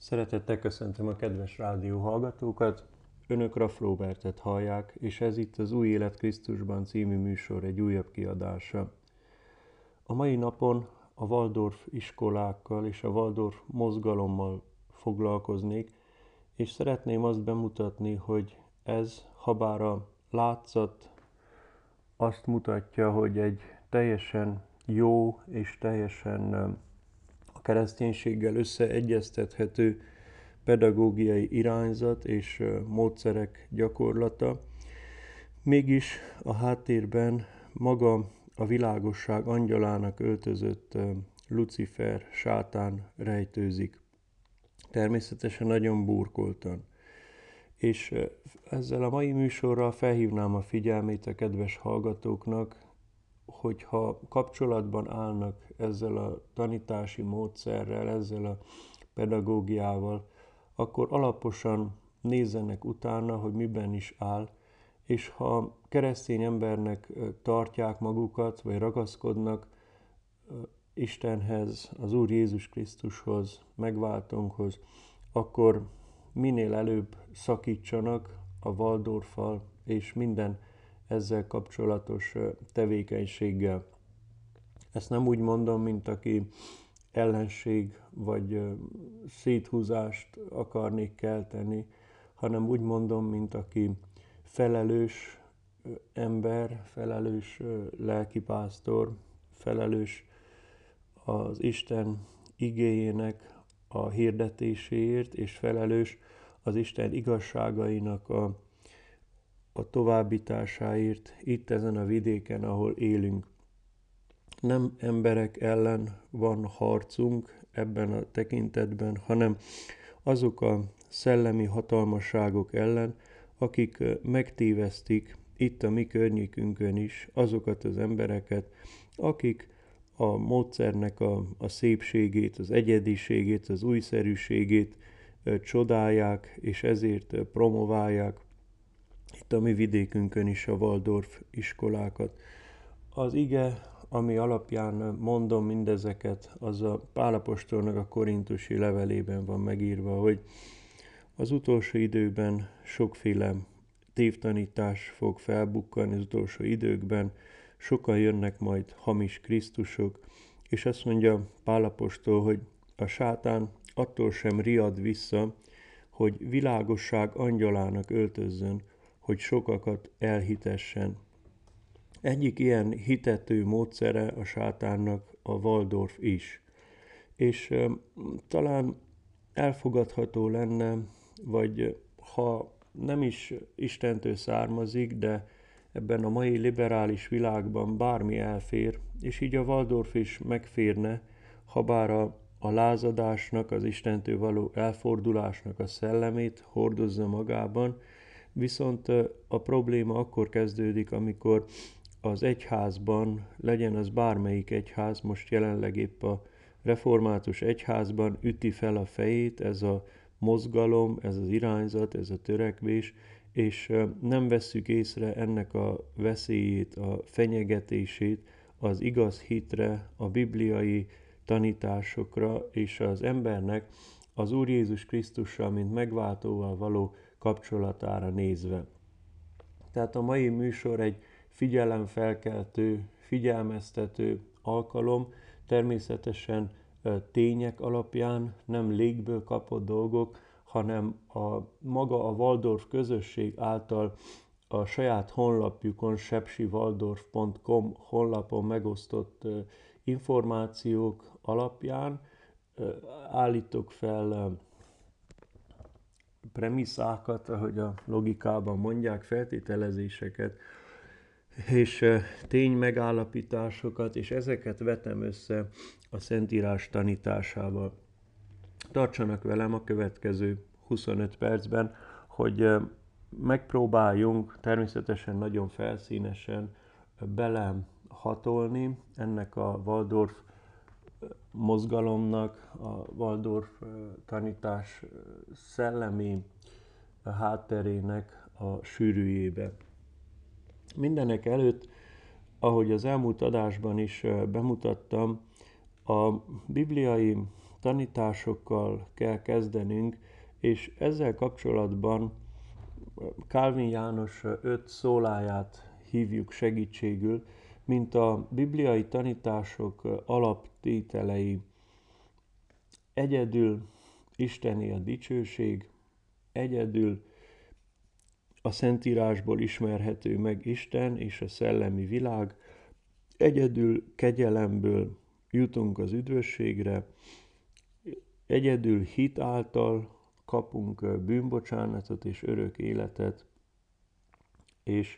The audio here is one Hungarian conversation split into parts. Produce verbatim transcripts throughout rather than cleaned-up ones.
Szeretettel köszöntöm a kedves rádió hallgatókat. Önök Raff Róbertet hallják, és ez itt az Új Élet Krisztusban című műsor egy újabb kiadása. A mai napon a Waldorf iskolákkal és a Waldorf mozgalommal foglalkoznék, és szeretném azt bemutatni, hogy ez, habár a látszat azt mutatja, hogy egy teljesen jó és teljesen a kereszténységgel összeegyeztethető pedagógiai irányzat és módszerek gyakorlata. Mégis a háttérben maga a világosság angyalának öltözött Lucifer, sátán rejtőzik. Természetesen nagyon burkoltan. És ezzel a mai műsorral felhívnám a figyelmét a kedves hallgatóknak, hogyha kapcsolatban állnak ezzel a tanítási módszerrel, ezzel a pedagógiával, akkor alaposan nézzenek utána, hogy miben is áll, és ha keresztény embernek tartják magukat, vagy ragaszkodnak Istenhez, az Úr Jézus Krisztushoz, megváltónkhoz, akkor minél előbb szakítsanak a Waldorffal és minden ezzel kapcsolatos tevékenységgel. Ezt nem úgy mondom, mint aki ellenség vagy széthúzást akarnék kelteni, hanem úgy mondom, mint aki felelős ember, felelős lelkipásztor, felelős az Isten igéjének a hirdetéséért, és felelős az Isten igazságainak a, a továbbításáért itt ezen a vidéken, ahol élünk. Nem emberek ellen van harcunk ebben a tekintetben, hanem azok a szellemi hatalmasságok ellen, akik megtévesztik itt a mi környékünkön is azokat az embereket, akik a módszernek a, a szépségét, az egyediségét, az újszerűségét csodálják, és ezért promoválják itt a mi vidékünkön is a Waldorf iskolákat. Az ige, ami alapján mondom mindezeket, az a Pál apostolnak a korintusi levelében van megírva, hogy az utolsó időben sokféle tévtanítás fog felbukkani, az utolsó időkben sokan jönnek majd hamis Krisztusok, és azt mondja Pál apostol, hogy a sátán attól sem riad vissza, hogy világosság angyalának öltözzön, hogy sokakat elhitessen. Egyik ilyen hitető módszere a sátánnak a Waldorf is. És e, talán elfogadható lenne, vagy ha nem is Istentől származik, de ebben a mai liberális világban bármi elfér, és így a Waldorf is megférne, ha bár a, a lázadásnak, az Istentől való elfordulásnak a szellemét hordozza magában, viszont a probléma akkor kezdődik, amikor az egyházban, legyen az bármelyik egyház, most jelenleg épp a református egyházban üti fel a fejét ez a mozgalom, ez az irányzat, ez a törekvés, és nem vesszük észre ennek a veszélyét, a fenyegetését az igaz hitre, a bibliai tanításokra és az embernek az Úr Jézus Krisztussal, mint megváltóval való kapcsolatára nézve. Tehát a mai műsor egy figyelemfelkeltő, figyelmeztető alkalom, természetesen tények alapján, nem légből kapott dolgok, hanem a maga a Waldorf közösség által a saját honlapjukon, sepsiwaldorf pont com honlapon megosztott információk alapján állítok fel premisszákat, ahogy a logikában mondják, feltételezéseket, és ténymegállapításokat, és ezeket vetem össze a Szentírás tanításával. Tartsanak velem a következő huszonöt percben, hogy megpróbáljunk természetesen nagyon felszínesen belehatolni ennek a Waldorf mozgalomnak, a Waldorf tanítás szellemi hátterének a sűrűjébe. Mindenek előtt, ahogy az elmúlt adásban is bemutattam, a bibliai tanításokkal kell kezdenünk, és ezzel kapcsolatban Kálvin János öt szóláját hívjuk segítségül, mint a bibliai tanítások alaptételei. Egyedül Istené a dicsőség, egyedül a Szentírásból ismerhető meg Isten és a szellemi világ, egyedül kegyelemből jutunk az üdvösségre, egyedül hit által kapunk bűnbocsánatot és örök életet, és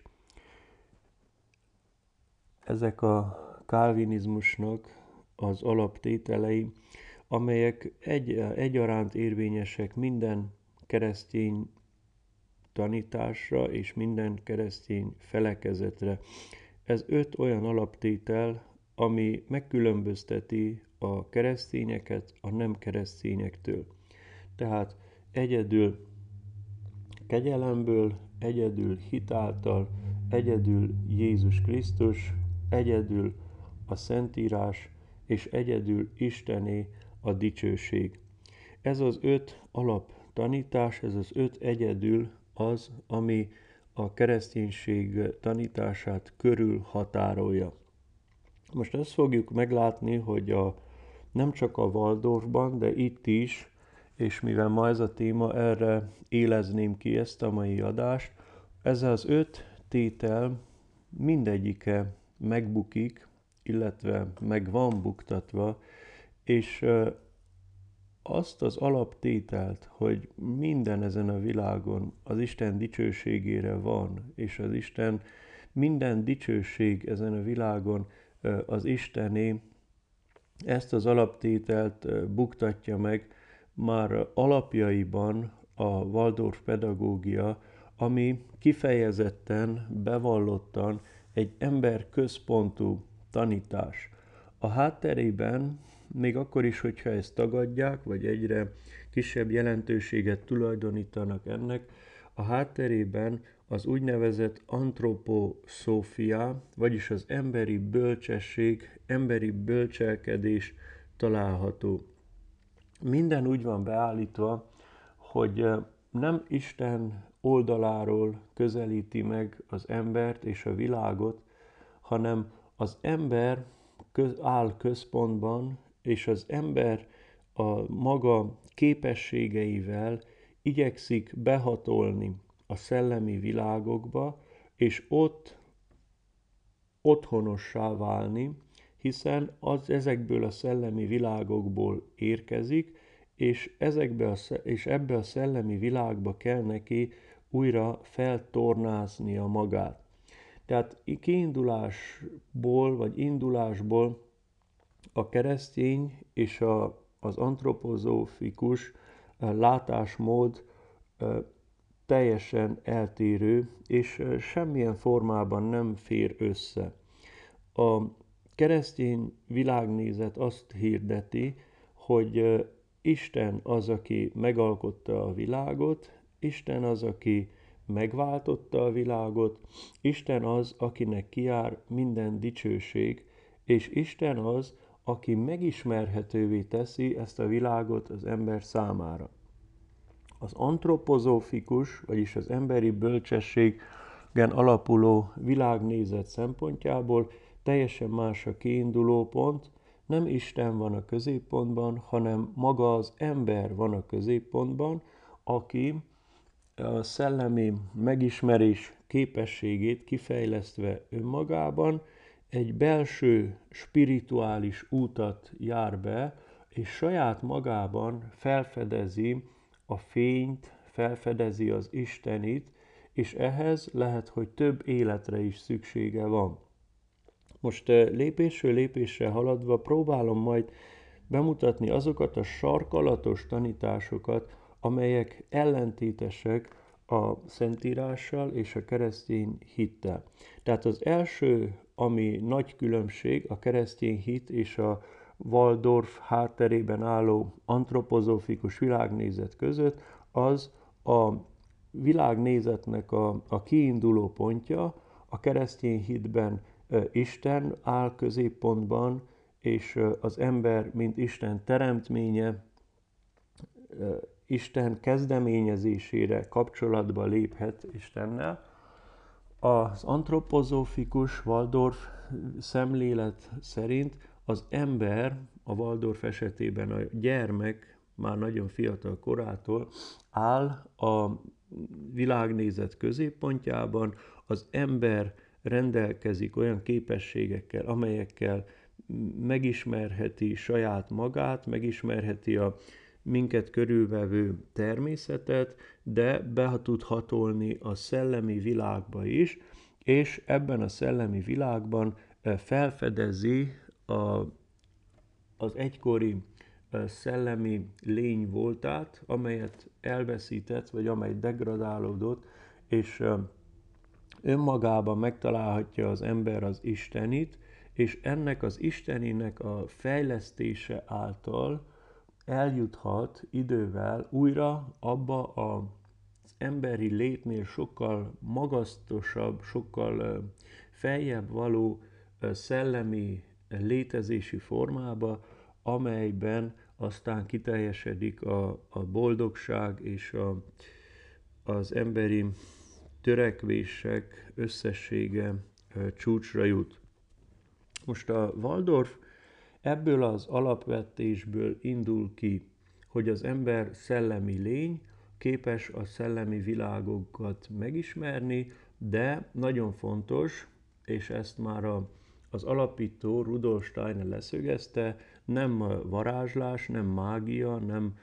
ezek a kálvinizmusnak az alaptételei, amelyek egy, egyaránt érvényesek minden keresztény tanításra és minden keresztény felekezetre. Ez öt olyan alaptétel, ami megkülönbözteti a keresztényeket a nem keresztényektől. Tehát egyedül kegyelemből, egyedül hitáltal, egyedül Jézus Krisztus, egyedül a Szentírás, és egyedül Istené a dicsőség. Ez az öt alaptanítás, ez az öt egyedül az, ami a kereszténység tanítását körül határolja. Most ezt fogjuk meglátni, hogy a, nem csak a Waldorfban, de itt is, és mivel ma ez a téma, erre élezném ki ezt a mai adást, ez az öt tétel mindegyike megbukik, illetve meg van buktatva, és azt az alaptételt, hogy minden ezen a világon az Isten dicsőségére van, és az Isten, minden dicsőség ezen a világon az Istené, ezt az alaptételt buktatja meg már alapjaiban a Waldorf pedagógia, ami kifejezetten, bevallottan egy emberközpontú tanítás. A hátterében, még akkor is, hogyha ezt tagadják, vagy egyre kisebb jelentőséget tulajdonítanak ennek, a hátterében az úgynevezett antroposzófia, vagyis az emberi bölcsesség, emberi bölcselkedés található. Minden úgy van beállítva, hogy nem Isten oldaláról közelíti meg az embert és a világot, hanem az ember köz, áll központban, és az ember a maga képességeivel igyekszik behatolni a szellemi világokba, és ott otthonossá válni, hiszen az ezekből a szellemi világokból érkezik, és, ezekbe a, és ebbe a szellemi világba kell neki újra feltornáznia magát. Tehát kiindulásból, vagy indulásból a keresztény és a, az antropozófikus látásmód teljesen eltérő, és semmilyen formában nem fér össze. A keresztény világnézet azt hirdeti, hogy Isten az, aki megalkotta a világot, Isten az, aki megváltotta a világot, Isten az, akinek kijár minden dicsőség, és Isten az, aki megismerhetővé teszi ezt a világot az ember számára. Az antropozófikus, vagyis az emberi bölcsességen alapuló világnézet szempontjából teljesen más a kiinduló pont, nem Isten van a középpontban, hanem maga az ember van a középpontban, aki a szellemi megismerés képességét kifejlesztve önmagában egy belső spirituális útat jár be, és saját magában felfedezi a fényt, felfedezi az Istenit, és ehhez lehet, hogy több életre is szüksége van. Most lépésről lépésre haladva próbálom majd bemutatni azokat a sarkalatos tanításokat, amelyek ellentétesek a Szentírással és a keresztény hittel. Tehát az első, ami nagy különbség a keresztény hit és a Waldorf hátterében álló antropozófikus világnézet között, az a világnézetnek a, a kiinduló pontja, a keresztény hitben Isten áll középpontban, és az ember, mint Isten teremtménye, Isten kezdeményezésére kapcsolatba léphet Istennel. Az antropozófikus Waldorf szemlélet szerint az ember, a Waldorf esetében a gyermek már nagyon fiatal korától áll a világnézet középpontjában, az ember rendelkezik olyan képességekkel, amelyekkel megismerheti saját magát, megismerheti a minket körülvevő természetet, de be tud hatolni a szellemi világba is, és ebben a szellemi világban felfedezi a, az egykori szellemi lény voltát, amelyet elveszített, vagy amely degradálódott, és önmagában megtalálhatja az ember az Istenit, és ennek az Isteninek a fejlesztése által eljuthat idővel újra abba az emberi létnél sokkal magasztosabb, sokkal feljebb való szellemi létezési formába, amelyben aztán kiteljesedik a, a boldogság és a, az emberi törekvések összessége csúcsra jut. Most a Waldorf ebből az alapvetésből indul ki, hogy az ember szellemi lény, képes a szellemi világokat megismerni, de nagyon fontos, és ezt már a, az alapító Rudolf Steiner leszögezte, nem varázslás, nem mágia, nem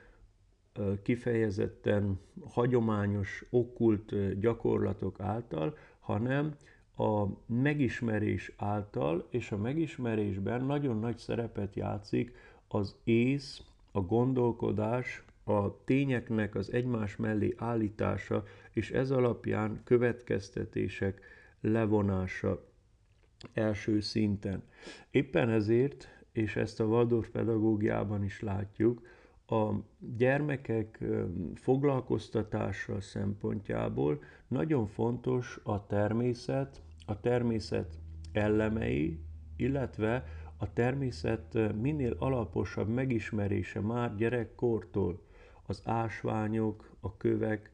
kifejezetten hagyományos, okkult gyakorlatok által, hanem a megismerés által, és a megismerésben nagyon nagy szerepet játszik az ész, a gondolkodás, a tényeknek az egymás mellé állítása, és ez alapján következtetések levonása első szinten. Éppen ezért, és ezt a Waldorf pedagógiában is látjuk, a gyermekek foglalkoztatása szempontjából nagyon fontos a természet, a természet elemei, illetve a természet minél alaposabb megismerése már gyerekkortól. Az ásványok, a kövek,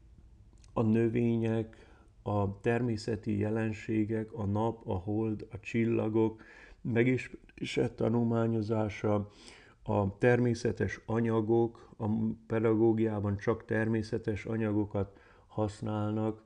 a növények, a természeti jelenségek, a nap, a hold, a csillagok megismerése, tanulmányozása, a természetes anyagok, a pedagógiában csak természetes anyagokat használnak.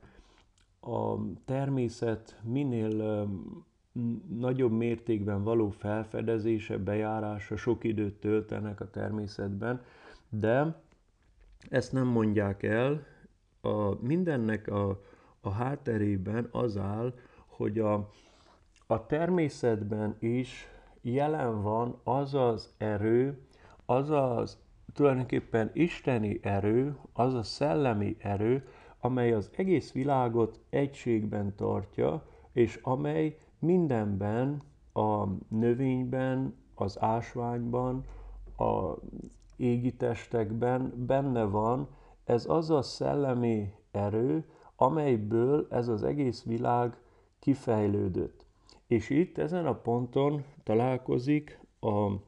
A természet minél nagyobb mértékben való felfedezése, bejárása, sok időt töltenek a természetben, de ezt nem mondják el. A, mindennek a, a hátterében az áll, hogy a, a természetben is jelen van az az erő, az az tulajdonképpen isteni erő, az a szellemi erő, amely az egész világot egységben tartja, és amely mindenben, a növényben, az ásványban, az égi testekben benne van. Ez az a szellemi erő, amelyből ez az egész világ kifejlődött. És itt ezen a ponton találkozik a, az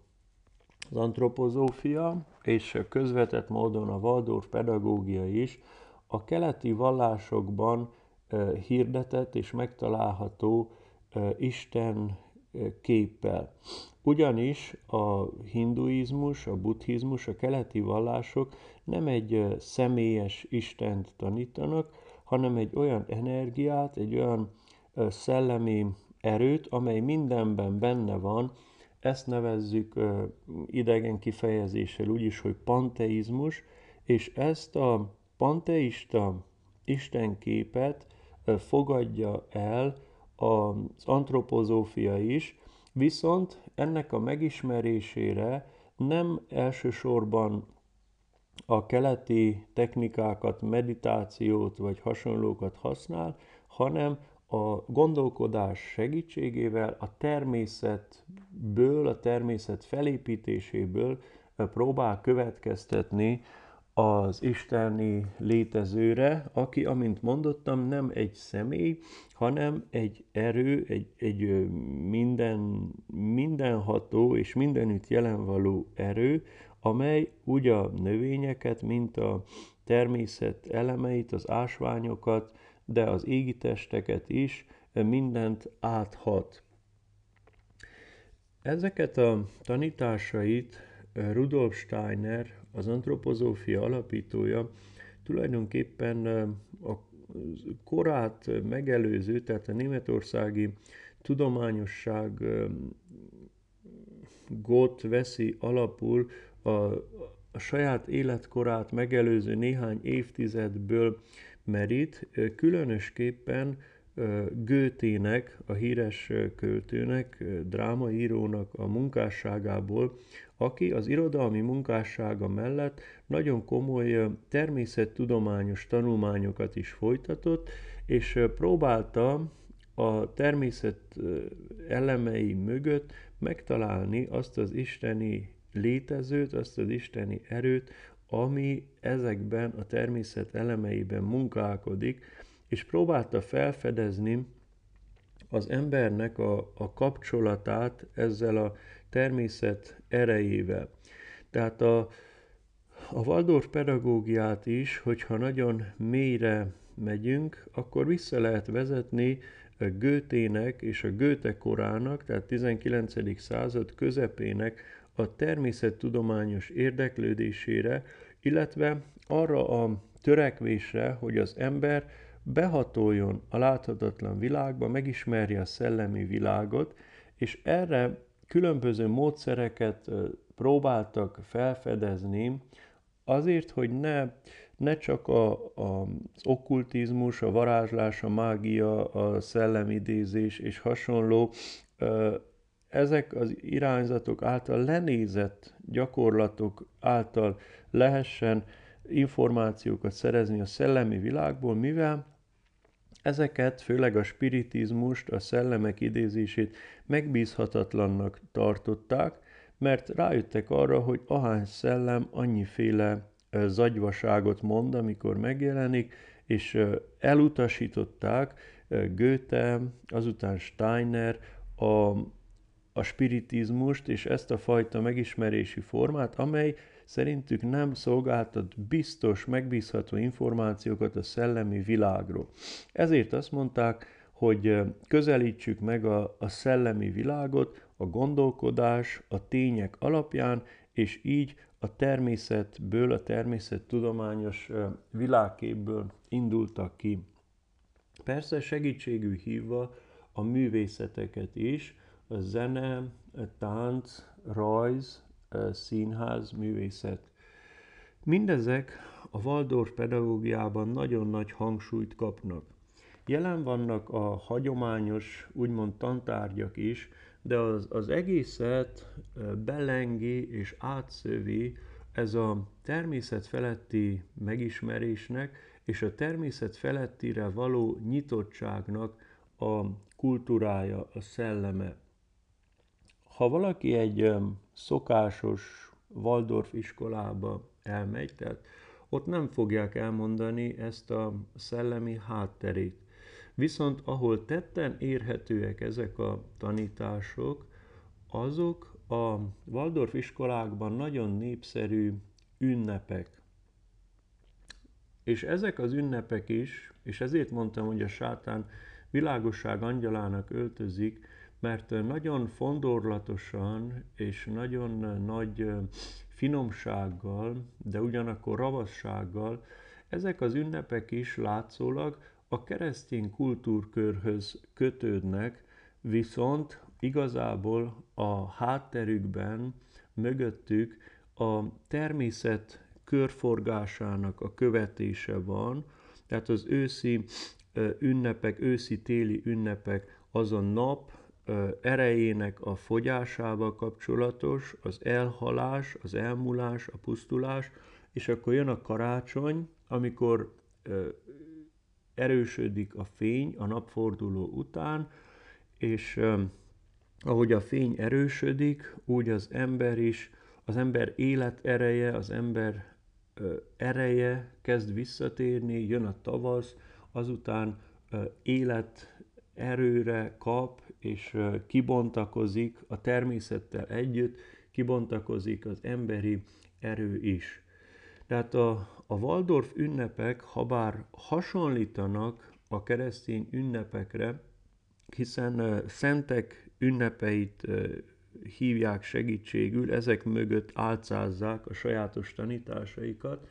antropozófia és közvetett módon a Waldorf pedagógia is a keleti vallásokban e, hirdetett és megtalálható e, Isten képpel. Ugyanis a hinduizmus, a buddhizmus, a keleti vallások nem egy személyes Istent tanítanak, hanem egy olyan energiát, egy olyan szellemi erőt, amely mindenben benne van. Ezt nevezzük idegen kifejezéssel úgyis, hogy panteizmus, és ezt a panteista istenképet fogadja el az antropozófia is, viszont ennek a megismerésére nem elsősorban a keleti technikákat, meditációt vagy hasonlókat használ, hanem a gondolkodás segítségével a természetből, a természet felépítéséből próbál következtetni az isteni létezőre, aki, amint mondottam, nem egy személy, hanem egy erő, egy, egy minden, mindenható és mindenütt jelenvaló erő, amely úgy a növényeket, mint a természet elemeit, az ásványokat, de az égi testeket is, mindent áthat. Ezeket a tanításait Rudolf Steiner, az antropozófia alapítója, tulajdonképpen a korát megelőző, tehát a németországi tudományosságot veszi alapul a, a saját életkorát megelőző néhány évtizedből merít, különösképpen Goethének, a híres költőnek, drámaírónak a munkásságából, aki az irodalmi munkássága mellett nagyon komoly természettudományos tanulmányokat is folytatott, és próbálta a természet elemei mögött megtalálni azt az isteni létezőt, azt az isteni erőt, ami ezekben a természet elemeiben munkálkodik, és próbálta felfedezni az embernek a, a kapcsolatát ezzel a természet erejével. Tehát a, a Waldorf pedagógiát is, hogyha nagyon mélyre megyünk, akkor vissza lehet vezetni Goethének és a Goethe korának, tehát tizenkilencedik század közepének a természettudományos érdeklődésére, illetve arra a törekvésre, hogy az ember behatoljon a láthatatlan világba, megismerje a szellemi világot, és erre különböző módszereket próbáltak felfedezni, azért, hogy ne, ne csak a, a, az okkultizmus, a varázslás, a mágia, a szellemidézés és hasonló ezek az irányzatok által lenézett gyakorlatok által lehessen információkat szerezni a szellemi világból, mivel ezeket, főleg a spiritizmust, a szellemek idézését megbízhatatlannak tartották, mert rájöttek arra, hogy ahány szellem annyiféle zagyvaságot mond, amikor megjelenik, és elutasították Goethe, azután Steiner a, a spiritizmust és ezt a fajta megismerési formát, amely szerintük nem szolgáltat biztos, megbízható információkat a szellemi világról. Ezért azt mondták, hogy közelítsük meg a, a szellemi világot a gondolkodás, a tények alapján, és így a természetből, a természettudományos világképből indultak ki. Persze segítségül hívva a művészeteket is, a zene, tánc, rajz, színház, művészet. Mindezek a Waldorf pedagógiában nagyon nagy hangsúlyt kapnak. Jelen vannak a hagyományos, úgymond tantárgyak is, de az, az egészet belengi és átszövi ez a természet feletti megismerésnek és a természet felettire való nyitottságnak a kultúrája, a szelleme. Ha valaki egy szokásos Waldorf iskolába elmegy, tehát ott nem fogják elmondani ezt a szellemi hátterét. Viszont ahol tetten érhetőek ezek a tanítások, azok a Waldorf iskolákban nagyon népszerű ünnepek. És ezek az ünnepek is, és ezért mondtam, hogy a sátán világosság angyalának öltözik, mert nagyon fondorlatosan és nagyon nagy finomsággal, de ugyanakkor ravassággal ezek az ünnepek is látszólag a keresztény kultúrkörhöz kötődnek, viszont igazából a hátterükben, mögöttük a természet körforgásának a követése van, tehát az őszi ünnepek, őszi-téli ünnepek az a nap erejének a fogyásával kapcsolatos, az elhalás, az elmúlás, a pusztulás, és akkor jön a karácsony, amikor erősödik a fény a napforduló után, és ahogy a fény erősödik, úgy az ember is, az ember életereje, az ember ereje kezd visszatérni, jön a tavasz, azután élet erőre kap, és kibontakozik a természettel együtt, kibontakozik az emberi erő is. Tehát a, a Waldorf ünnepek, habár hasonlítanak a keresztény ünnepekre, hiszen szentek ünnepeit hívják segítségül, ezek mögött álcázzák a sajátos tanításaikat,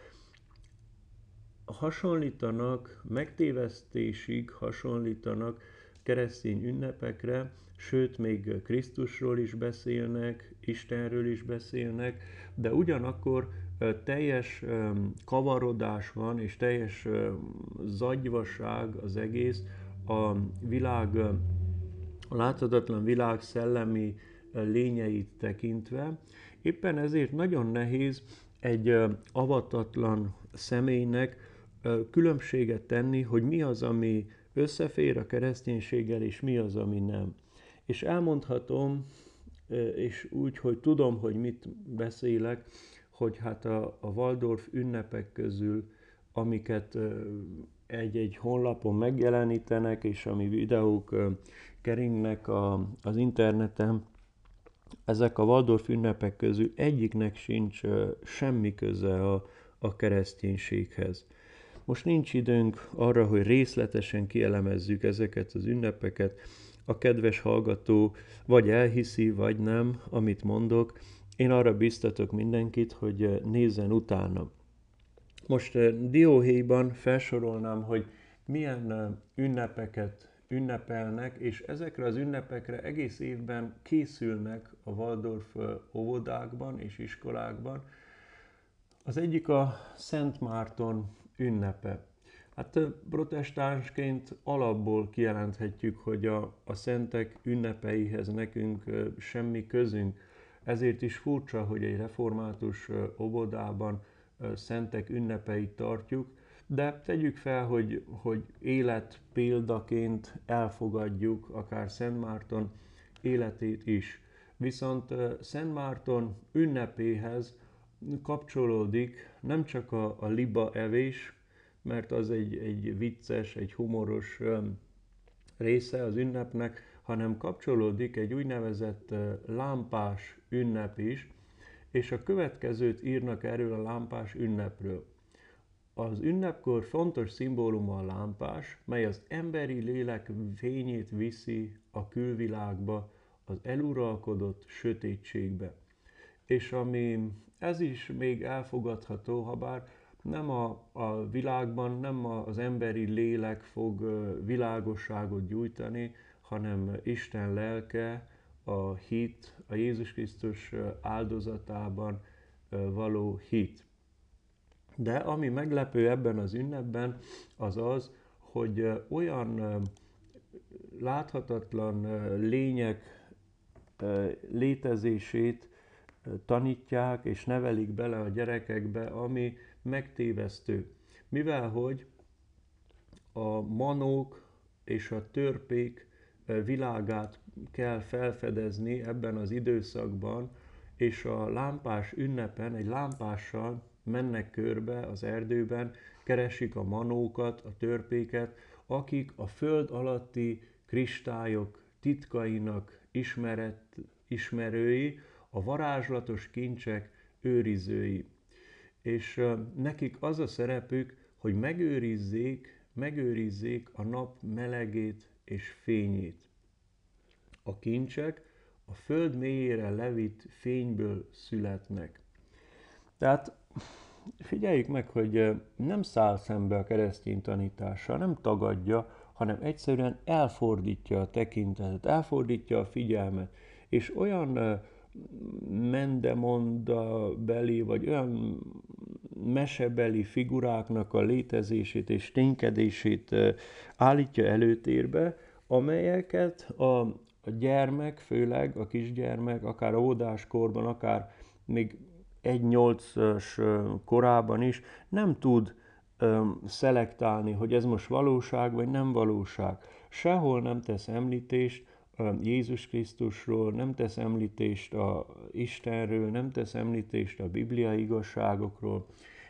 hasonlítanak, megtévesztésig hasonlítanak keresztény ünnepekre, sőt, még Krisztusról is beszélnek, Istenről is beszélnek, de ugyanakkor teljes kavarodás van, és teljes zagyvaság az egész, a világ, a láthatatlan világ szellemi lényeit tekintve. Éppen ezért nagyon nehéz egy avatatlan személynek különbséget tenni, hogy mi az, ami összefér a kereszténységgel, és mi az, ami nem. És elmondhatom, és úgy, hogy tudom, hogy mit beszélek, hogy hát a, a Waldorf ünnepek közül, amiket egy-egy honlapon megjelenítenek, és ami videók keringnek a, az interneten, ezek a Waldorf ünnepek közül egyiknek sincs semmi köze a, a kereszténységhez. Most nincs időnk arra, hogy részletesen kielemezzük ezeket az ünnepeket. A kedves hallgató vagy elhiszi, vagy nem, amit mondok. Én arra biztatok mindenkit, hogy nézzen utána. Most dióhéjban felsorolnám, hogy milyen ünnepeket ünnepelnek, és ezekre az ünnepekre egész évben készülnek a Waldorf óvodákban és iskolákban. Az egyik a Szent Márton ünnepe. Hát protestánsként alapból kijelenthetjük, hogy a, a szentek ünnepeihez nekünk semmi közünk. Ezért is furcsa, hogy egy református óvodában szentek ünnepeit tartjuk, de tegyük fel, hogy, hogy élet példaként elfogadjuk akár Szent Márton életét is. Viszont Szent Márton ünnepéhez kapcsolódik nem csak a, a liba evés, mert az egy, egy vicces, egy humoros része az ünnepnek, hanem kapcsolódik egy úgynevezett lámpás ünnep is, és a következőt írnak erről a lámpás ünnepről. Az ünnepkor fontos szimbóluma a lámpás, mely az emberi lélek fényét viszi a külvilágba, az eluralkodott sötétségbe. És ami ez is még elfogadható, habár nem a, a világban, nem az emberi lélek fog világosságot gyújtani, hanem Isten lelke, a hit, a Jézus Krisztus áldozatában való hit. De ami meglepő ebben az ünnepben, az az, hogy olyan láthatatlan lények létezését tanítják és nevelik bele a gyerekekbe, ami megtévesztő. Mivel hogy a manók és a törpék világát kell felfedezni ebben az időszakban, és a lámpás ünnepen egy lámpással mennek körbe az erdőben, keresik a manókat, a törpéket, akik a föld alatti kristályok titkainak ismeret, ismerői, a varázslatos kincsek őrizői. És nekik az a szerepük, hogy megőrizzék, megőrizzék a nap melegét és fényét. A kincsek a föld mélyére levitt fényből születnek. Tehát figyeljük meg, hogy nem száll szembe a keresztény tanítással, nem tagadja, hanem egyszerűen elfordítja a tekintetet, elfordítja a figyelmet, és olyan mendemonda beli, vagy olyan mesebeli figuráknak a létezését és ténykedését állítja előtérbe, amelyeket a, a gyermek, főleg a kisgyermek, akár óvodáskorban, akár még egy nyolcas korában is nem tud öm, szelektálni, hogy ez most valóság vagy nem valóság. Sehol nem tesz említést Jézus Krisztusról, nem tesz említést a Istenről, nem tesz említést a bibliai igazságokról.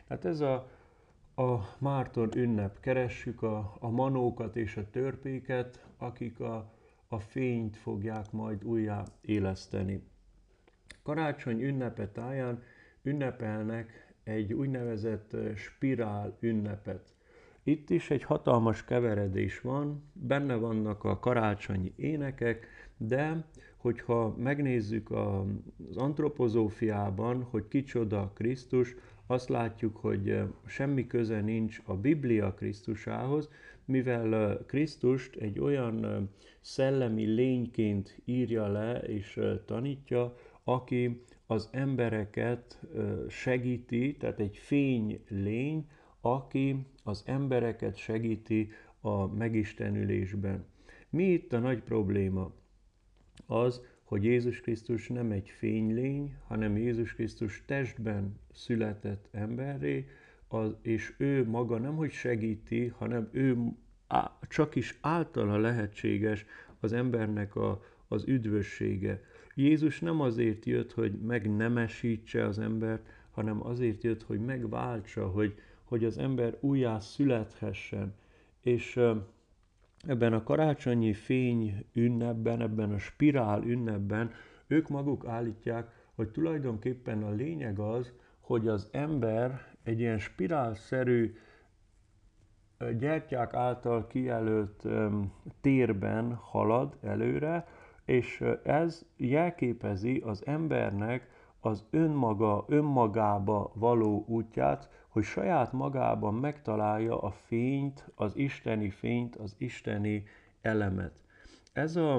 Hát ez a, a Márton ünnep. Keressük a, a manókat és a törpéket, akik a, a fényt fogják majd újjá éleszteni. Karácsony ünnepe táján ünnepelnek egy úgynevezett spirál ünnepet. Itt is egy hatalmas keveredés van, benne vannak a karácsonyi énekek, de hogyha megnézzük az antropozófiában, hogy kicsoda Krisztus, azt látjuk, hogy semmi köze nincs a Biblia Krisztusához, mivel Krisztust egy olyan szellemi lényként írja le és tanítja, aki az embereket segíti, tehát egy fény lény, aki az embereket segíti a megistenülésben. Mi itt a nagy probléma? Az, hogy Jézus Krisztus nem egy fénylény, hanem Jézus Krisztus testben született emberré, az, és ő maga nem hogy segíti, hanem ő á, csak is általa lehetséges az embernek a, az üdvössége. Jézus nem azért jött, hogy megnemesítse az embert, hanem azért jött, hogy megváltsa, hogy, hogy az ember újjá születhessen. És ebben a karácsonyi fény ünnepben, ebben a spirál ünnepben ők maguk állítják, hogy tulajdonképpen a lényeg az, hogy az ember egy ilyen spirálszerű gyertyák által kijelölt térben halad előre, és ez jelképezi az embernek az önmaga, önmagába való útját, hogy saját magában megtalálja a fényt, az isteni fényt, az isteni elemet. Ez a,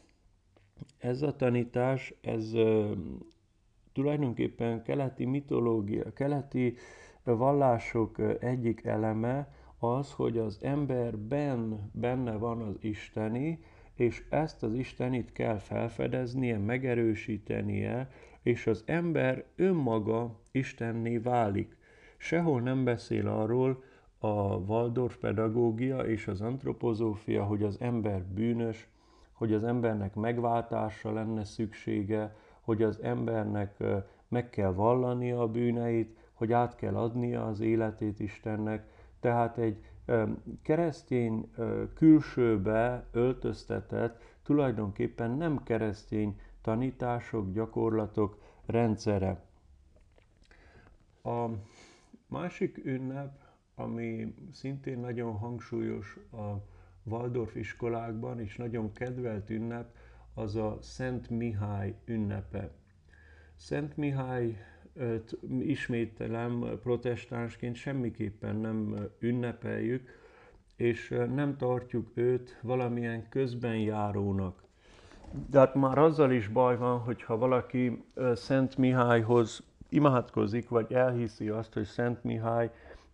ez a tanítás, ez uh, tulajdonképpen keleti mitológia, keleti vallások egyik eleme az, hogy az emberben benne van az isteni, és ezt az istenit kell felfedeznie, megerősítenie, és az ember önmaga istenné válik. Sehol nem beszél arról a Waldorf pedagógia és az antropozófia, hogy az ember bűnös, hogy az embernek megváltásra lenne szüksége, hogy az embernek meg kell vallania a bűneit, hogy át kell adnia az életét Istennek. Tehát egy keresztény külsőbe öltöztetett, tulajdonképpen nem keresztény tanítások, gyakorlatok rendszere. A másik ünnep, ami szintén nagyon hangsúlyos a Waldorf iskolákban, és nagyon kedvelt ünnep, az a Szent Mihály ünnepe. Szent Mihály, ismételem, protestánsként semmiképpen nem ünnepeljük, és nem tartjuk őt valamilyen közbenjárónak. De hát már azzal is baj van, hogyha valaki Szent Mihályhoz imádkozik, vagy elhiszi azt, hogy Szent Mihály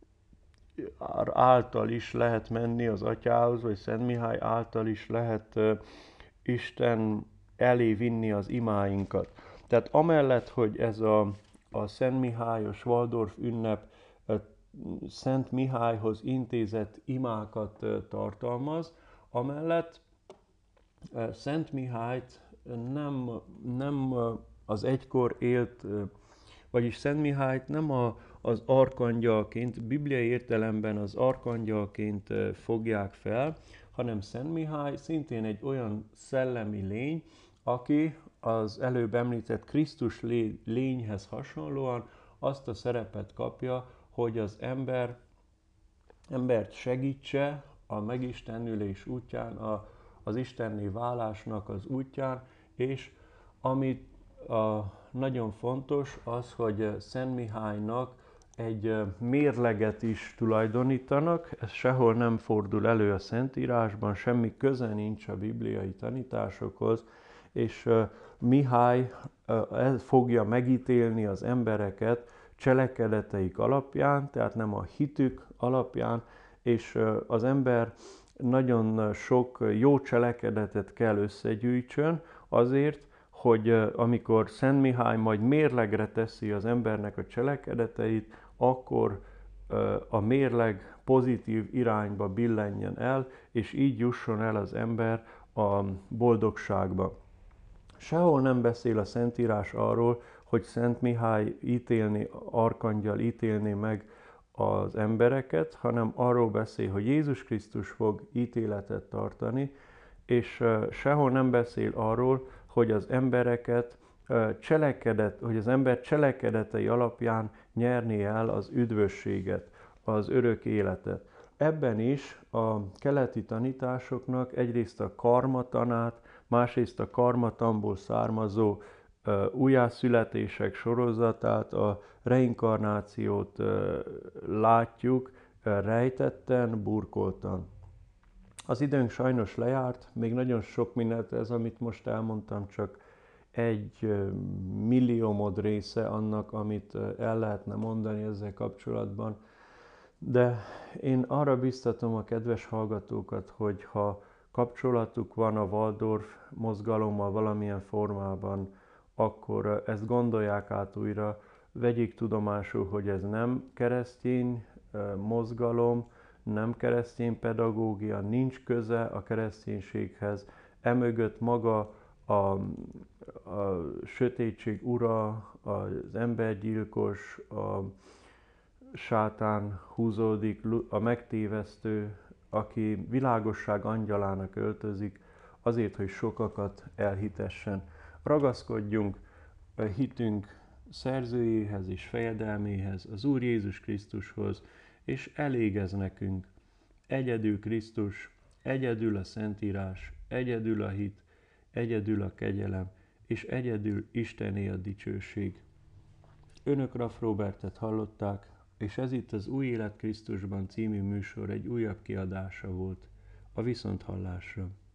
által is lehet menni az atyához, vagy Szent Mihály által is lehet Isten elé vinni az imáinkat. Tehát amellett, hogy ez a, a Szent Mihályos Waldorf ünnep Szent Mihályhoz intézett imákat tartalmaz, amellett Szent Mihályt nem, nem az egykor élt, vagyis Szent Mihályt nem a, az arkangyalként, bibliai értelemben az arkangyalként fogják fel, hanem Szent Mihály szintén egy olyan szellemi lény, aki az előbb említett Krisztus lényhez hasonlóan azt a szerepet kapja, hogy az ember, embert segítse a megistenülés útján, a, az istenné válásnak az útján, és amit a, nagyon fontos az, hogy Szent Mihálynak egy mérleget is tulajdonítanak, ez sehol nem fordul elő a Szentírásban, semmi köze nincs a bibliai tanításokhoz, és Mihály fogja megítélni az embereket cselekedeteik alapján, tehát nem a hitük alapján, és az ember nagyon sok jó cselekedetet kell összegyűjtsön azért, hogy amikor Szent Mihály majd mérlegre teszi az embernek a cselekedeteit, akkor a mérleg pozitív irányba billenjen el, és így jusson el az ember a boldogságba. Sehol nem beszél a Szentírás arról, hogy Szent Mihály ítélni, arkangyal ítélni meg az embereket, hanem arról beszél, hogy Jézus Krisztus fog ítéletet tartani, és sehol nem beszél arról, hogy az embereket cselekedet, hogy az ember cselekedetei alapján nyerni el az üdvösséget, az örök életet. Ebben is a keleti tanításoknak egyrészt a karmatanát, másrészt a karmatamból származó újjászületések sorozatát, a reinkarnációt látjuk rejtetten, burkoltan. Az időnk sajnos lejárt, még nagyon sok mindent, ez amit most elmondtam, csak egy milliómod része annak, amit el lehetne mondani ezzel kapcsolatban. De én arra biztatom a kedves hallgatókat, hogy ha kapcsolatuk van a Waldorf mozgalommal valamilyen formában, akkor ezt gondolják át újra, vegyék tudomásul, hogy ez nem keresztény mozgalom, nem keresztény pedagógia, nincs köze a kereszténységhez, emögött maga a, a sötétség ura, az embergyilkos, a sátán húzódik, a megtévesztő, aki világosság angyalának öltözik, azért, hogy sokakat elhitessen. Ragaszkodjunk a hitünk szerzőjéhez és fejedelméhez, az Úr Jézus Krisztushoz, és elég ez nekünk. Egyedül Krisztus, egyedül a Szentírás, egyedül a hit, egyedül a kegyelem, és egyedül Istené a dicsőség. Önök Raff Róbertet hallották, és ez itt az Új Élet Krisztusban című műsor egy újabb kiadása volt. A viszonthallásra!